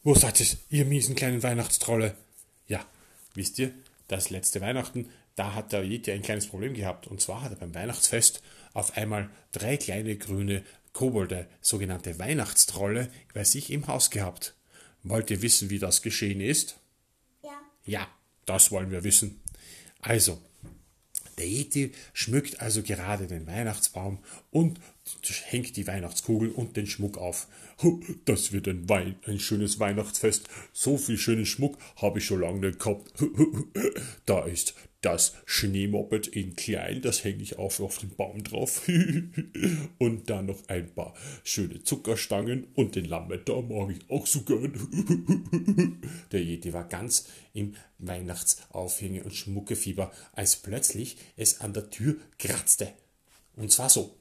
Wo seid ihr, ihr miesen kleinen Weihnachtstrolle? Ja, wisst ihr, das letzte Weihnachten, da hat der Yeti ein kleines Problem gehabt. Und zwar hat er beim Weihnachtsfest auf einmal 3 kleine grüne Kobolde, sogenannte Weihnachtstrolle, bei sich im Haus gehabt. Wollt ihr wissen, wie das geschehen ist? Ja. Ja, das wollen wir wissen. Also, der Yeti schmückt also gerade den Weihnachtsbaum und hängt die Weihnachtskugel und den Schmuck auf. Das wird ein schönes Weihnachtsfest. So viel schönen Schmuck habe ich schon lange nicht gehabt. Da ist das Schneemoped in klein, das hänge ich auf den Baum drauf. Und dann noch ein paar schöne Zuckerstangen und den Lametta mag ich auch so gern. Der Yeti war ganz im Weihnachtsaufhänge- und Schmuckefieber, als plötzlich es an der Tür kratzte. Und zwar so.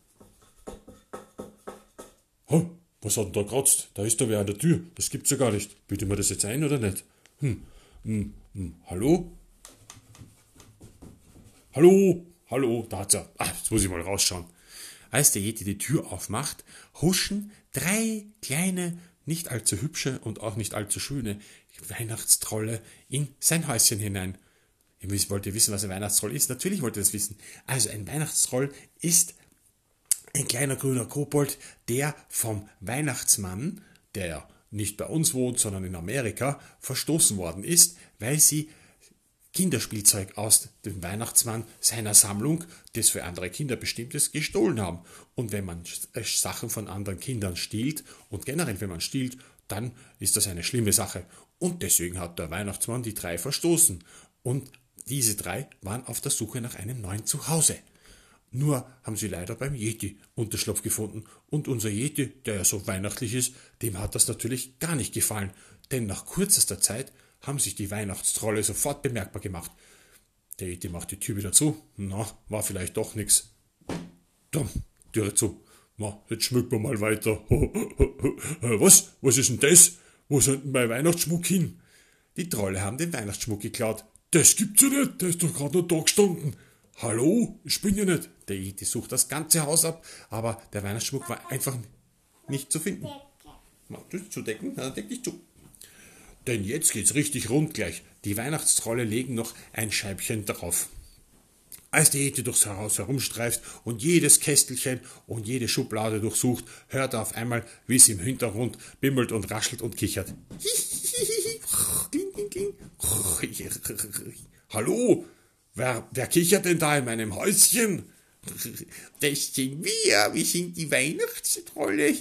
Was hat denn da kratzt? Da ist doch wer an der Tür. Das gibt's ja gar nicht. Bitte mir das jetzt ein oder nicht? Hallo? Hallo, da hat's er. Jetzt muss ich mal rausschauen. Als der Yeti die Tür aufmacht, huschen 3 kleine, nicht allzu hübsche und auch nicht allzu schöne Weihnachtstrolle in sein Häuschen hinein. Wollt ihr wissen, was ein Weihnachtstroll ist? Natürlich wollt ihr das wissen. Also ein Weihnachtstroll ist ein kleiner grüner Kobold, der vom Weihnachtsmann, der nicht bei uns wohnt, sondern in Amerika, verstoßen worden ist, weil sie Kinderspielzeug aus dem Weihnachtsmann seiner Sammlung, das für andere Kinder bestimmt ist, gestohlen haben. Und wenn man Sachen von anderen Kindern stiehlt, und generell wenn man stiehlt, dann ist das eine schlimme Sache. Und deswegen hat der Weihnachtsmann die 3 verstoßen. Und diese 3 waren auf der Suche nach einem neuen Zuhause. Nur haben sie leider beim Yeti Unterschlupf gefunden. Und unser Yeti, der ja so weihnachtlich ist, dem hat das natürlich gar nicht gefallen. Denn nach kürzester Zeit haben sich die Weihnachtstrolle sofort bemerkbar gemacht. Der Yeti macht die Tür wieder zu. Na, war vielleicht doch nix. Dann, Tür zu. Na, jetzt schmücken wir mal weiter. Was? Was ist denn das? Wo sind denn mein Weihnachtsschmuck hin? Die Trolle haben den Weihnachtsschmuck geklaut. Das gibt's ja nicht, der ist doch gerade noch da gestanden. Hallo, ich bin ja nicht. Der Yeti sucht das ganze Haus ab, aber der Weihnachtsschmuck war einfach nicht zu finden. Das ist zu decken? Na, deck dich zu. Denn jetzt geht's richtig rund gleich. Die Weihnachtstrolle legen noch ein Scheibchen drauf. Als der Yeti durchs Haus herumstreift und jedes Kästelchen und jede Schublade durchsucht, hört er auf einmal, wie es im Hintergrund bimmelt und raschelt und kichert. Kling, kling, kling. Hallo, wer kichert denn da in meinem Häuschen? Das sind wir sind die Weihnachtstrolle.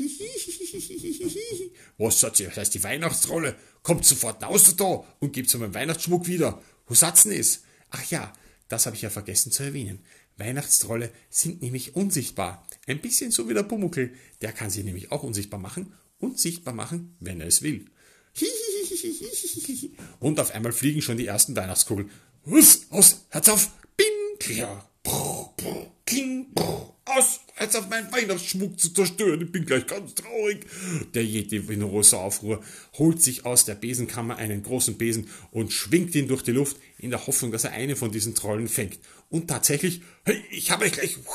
Was heißt die Weihnachtstrolle? Kommt sofort raus da und gebt meinen Weihnachtsschmuck wieder. Wo satz denn ist? Ach ja, das habe ich ja vergessen zu erwähnen. Weihnachtstrolle sind nämlich unsichtbar. Ein bisschen so wie der Pumuckl. Der kann sich nämlich auch unsichtbar machen und sichtbar machen, wenn er es will. Und auf einmal fliegen schon die ersten Weihnachtskugeln. Aus, Herz auf, bing, klar. Kling, aus, als auf meinen Weihnachtsschmuck zu zerstören. Ich bin gleich ganz traurig. Der Yeti in großer Aufruhr holt sich aus der Besenkammer einen großen Besen und schwingt ihn durch die Luft in der Hoffnung, dass er eine von diesen Trollen fängt. Und tatsächlich, hey, ich habe euch gleich,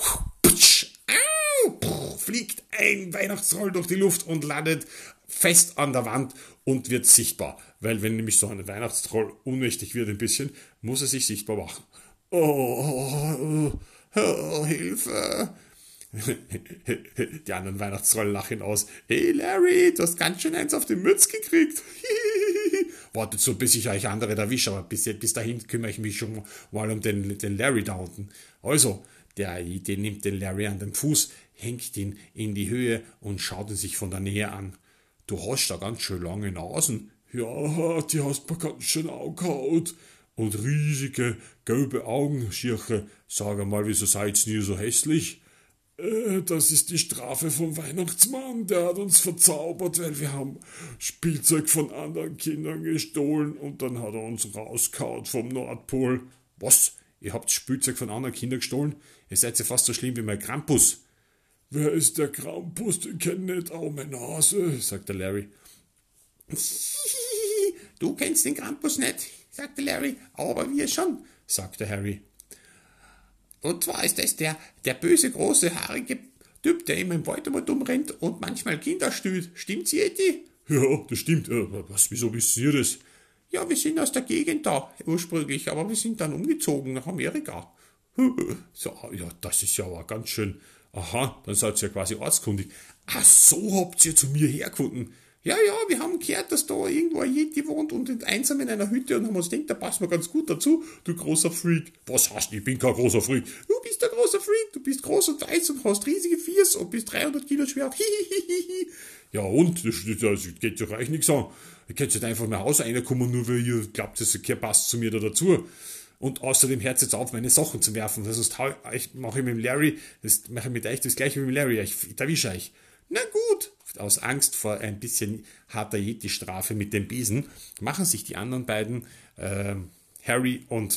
fliegt ein Weihnachtstroll durch die Luft und landet fest an der Wand und wird sichtbar. Weil wenn nämlich so ein Weihnachtstroll ohnmächtig wird ein bisschen, muss er sich sichtbar machen. Oh, Hilfe! Die anderen Weihnachtstrolle lachen aus. Hey Larry, du hast ganz schön eins auf die Mütze gekriegt. Wartet so, bis ich euch andere erwische, aber bis dahin kümmere ich mich schon mal um den Larry da unten. Also, der nimmt den Larry an den Fuß, hängt ihn in die Höhe und schaut ihn sich von der Nähe an. Du hast da ganz schön lange Nasen. Ja, die hast mir ganz schön angehaut. Und riesige, gelbe Augen, Schirche. Sag mal, wieso seid's nie so hässlich? Das ist die Strafe vom Weihnachtsmann. Der hat uns verzaubert, weil wir haben Spielzeug von anderen Kindern gestohlen und dann hat er uns rausgehauen vom Nordpol. Was? Ihr habt Spielzeug von anderen Kindern gestohlen? Ihr seid ja fast so schlimm wie mein Krampus. Wer ist der Krampus? Den kennt nicht auch meine Nase, sagt der Larry. Du kennst den Krampus nicht, sagte Larry, aber wir schon, sagte Harry. Und zwar ist es der böse, große, haarige Typ, der immer im Wald einmal dumm rennt und manchmal Kinder stühlt. Stimmt's, Yeti? Ja, das stimmt. Wieso wissen Sie das? Ja, wir sind aus der Gegend da, ursprünglich, aber wir sind dann umgezogen nach Amerika. So, ja, das ist ja aber ganz schön. Aha, dann seid ihr ja quasi ortskundig. Ach, so habt ihr zu mir hergefunden. Ja, ja, wir haben gehört, dass da irgendwo ein Yeti wohnt und einsam in einer Hütte und haben uns gedacht, da passen wir ganz gut dazu, du großer Freak. Was hast du? Ich bin kein großer Freak. Du bist ein großer Freak, du bist groß und weiß und hast riesige Viers und bist 300 Kilo schwer. Hihihihi. Ja und? Das geht doch euch nichts an. Ihr könnt nicht einfach in mein Haus reinkommen, nur weil ihr glaubt, das passt zu mir da dazu. Und außerdem hört jetzt auf, meine Sachen zu werfen. Sonst mache ich mit dem Larry, das mache ich mit euch das gleiche wie mit dem Larry. Ich erwische euch. Na gut. Aus Angst vor ein bisschen harter Yeti-Strafe mit dem Besen machen sich die anderen beiden, Harry und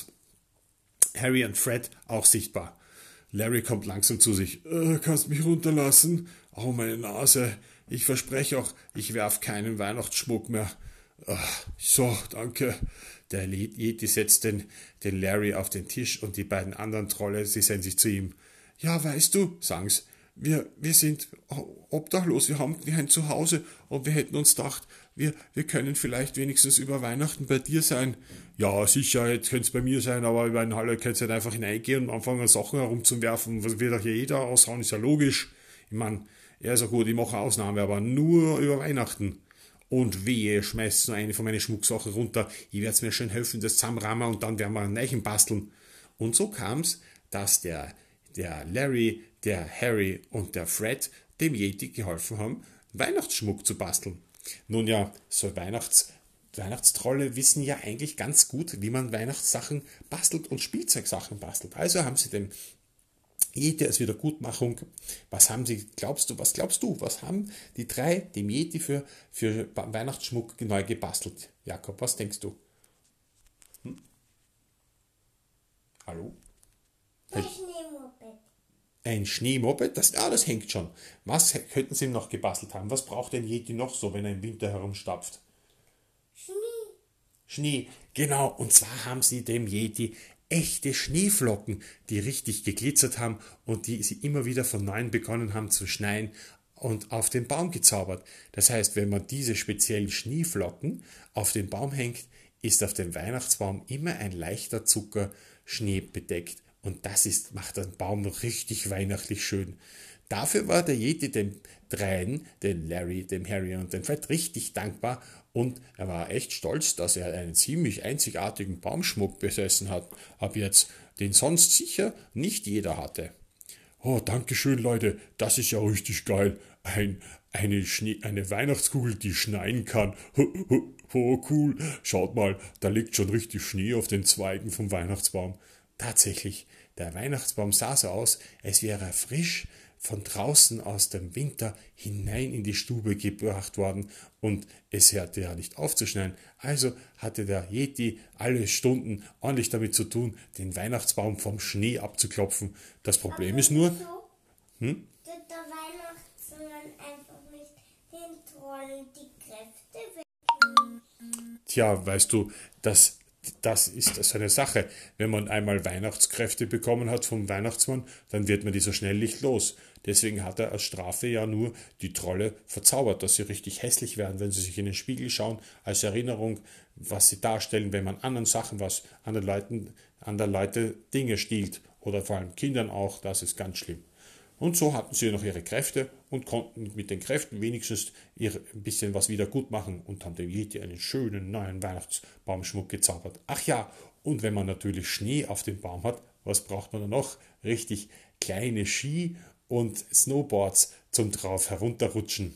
Fred, auch sichtbar. Larry kommt langsam zu sich. Kannst mich runterlassen? Oh, meine Nase. Ich verspreche auch, ich werf keinen Weihnachtsschmuck mehr. So, danke. Der Yeti setzt den Larry auf den Tisch und die beiden anderen Trolle, sie sehen sich zu ihm. Ja, weißt du, sagen's, wir sind obdachlos, wir haben kein Zuhause und wir hätten uns gedacht, wir können vielleicht wenigstens über Weihnachten bei dir sein. Ja, sicher, jetzt könnte es bei mir sein, aber über einen Halle könnt ihr halt einfach hineingehen und anfangen, Sachen herumzuwerfen. Was wird doch hier jeder aushauen, ist ja logisch. Ich meine, er ist ja gut, ich mache eine Ausnahme, aber nur über Weihnachten. Und wehe, schmeißt nur eine von meinen Schmucksachen runter. Ich werde mir schön helfen, das zusammenrammen und dann werden wir einen Neichen basteln. Und so kam's, dass der Larry, der Harry und der Fred dem Yeti geholfen haben, Weihnachtsschmuck zu basteln. Nun ja, so Weihnachtstrolle wissen ja eigentlich ganz gut, wie man Weihnachtssachen bastelt und Spielzeugsachen bastelt. Also haben sie dem Yeti als Wiedergutmachung, was glaubst du, was haben die drei dem Yeti für Weihnachtsschmuck neu gebastelt? Jakob, was denkst du? Hallo? Ein Schneemoped. Ein Schneemoped? Das hängt schon. Was könnten sie noch gebastelt haben? Was braucht ein Yeti noch so, wenn er im Winter herumstapft? Schnee, genau. Und zwar haben sie dem Yeti echte Schneeflocken, die richtig geglitzert haben und die sie immer wieder von neuem begonnen haben zu schneien und auf den Baum gezaubert. Das heißt, wenn man diese speziellen Schneeflocken auf den Baum hängt, ist auf dem Weihnachtsbaum immer ein leichter Zucker Schnee bedeckt. Und macht den Baum richtig weihnachtlich schön. Dafür war der Yeti den dreien, den Larry, dem Harry und dem Fred, richtig dankbar und er war echt stolz, dass er einen ziemlich einzigartigen Baumschmuck besessen hat, ab jetzt, den sonst sicher nicht jeder hatte. Oh, Dankeschön, Leute, das ist ja richtig geil. Eine Weihnachtskugel, die schneien kann. Oh, cool. Schaut mal, da liegt schon richtig Schnee auf den Zweigen vom Weihnachtsbaum. Tatsächlich, der Weihnachtsbaum sah so aus, als wäre er frisch von draußen aus dem Winter hinein in die Stube gebracht worden und es hörte ja nicht aufzuschneien. Also hatte der Yeti alle Stunden ordentlich damit zu tun, den Weihnachtsbaum vom Schnee abzuklopfen. Das Problem ist nur, Tut der Weihnachtsmann einfach nicht den Trollen die Kräfte weg? tja, weißt du, das ist so eine Sache. Wenn man einmal Weihnachtskräfte bekommen hat vom Weihnachtsmann, dann wird man die so schnell nicht los. Deswegen hat er als Strafe ja nur die Trolle verzaubert, dass sie richtig hässlich werden, wenn sie sich in den Spiegel schauen, als Erinnerung, was sie darstellen, wenn man anderen Sachen, was anderen Leute Dinge stiehlt oder vor allem Kindern auch, das ist ganz schlimm. Und so hatten sie noch ihre Kräfte und konnten mit den Kräften wenigstens ein bisschen was wieder gut machen und haben dem Yeti einen schönen neuen Weihnachtsbaumschmuck gezaubert. Ach ja, und wenn man natürlich Schnee auf dem Baum hat, was braucht man dann noch? Richtig kleine Ski und Snowboards zum drauf herunterrutschen.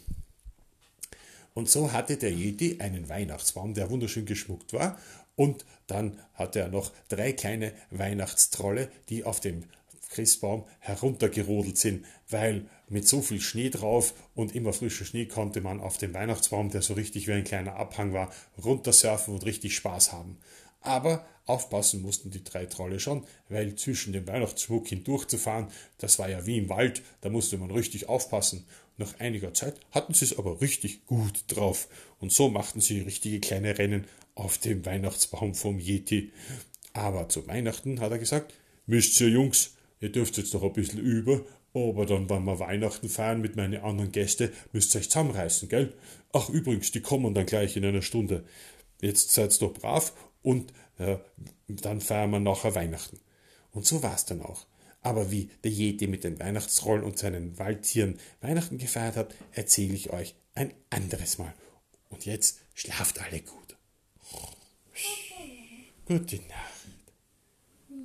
Und so hatte der Yeti einen Weihnachtsbaum, der wunderschön geschmückt war. Und dann hatte er noch 3 kleine Weihnachtstrolle, die auf dem Christbaum heruntergerodelt sind, weil mit so viel Schnee drauf und immer frischer Schnee konnte man auf dem Weihnachtsbaum, der so richtig wie ein kleiner Abhang war, runtersurfen und richtig Spaß haben. Aber aufpassen mussten die 3 Trolle schon, weil zwischen dem Weihnachtsschmuck hindurchzufahren, das war ja wie im Wald, da musste man richtig aufpassen. Nach einiger Zeit hatten sie es aber richtig gut drauf und so machten sie richtige kleine Rennen auf dem Weihnachtsbaum vom Yeti. Aber zu Weihnachten hat er gesagt, müsst ihr Jungs, ihr dürft jetzt noch ein bisschen üben Aber dann, wenn wir Weihnachten feiern mit meinen anderen Gästen, müsst ihr euch zusammenreißen, gell? Ach, übrigens, die kommen dann gleich in einer Stunde. Jetzt seid doch brav und dann feiern wir nachher Weihnachten. Und so war's dann auch. Aber wie der Yeti mit den Weihnachtsrollen und seinen Waldtieren Weihnachten gefeiert hat, erzähle ich euch ein anderes Mal. Und jetzt schlaft alle gut. Gute Nacht.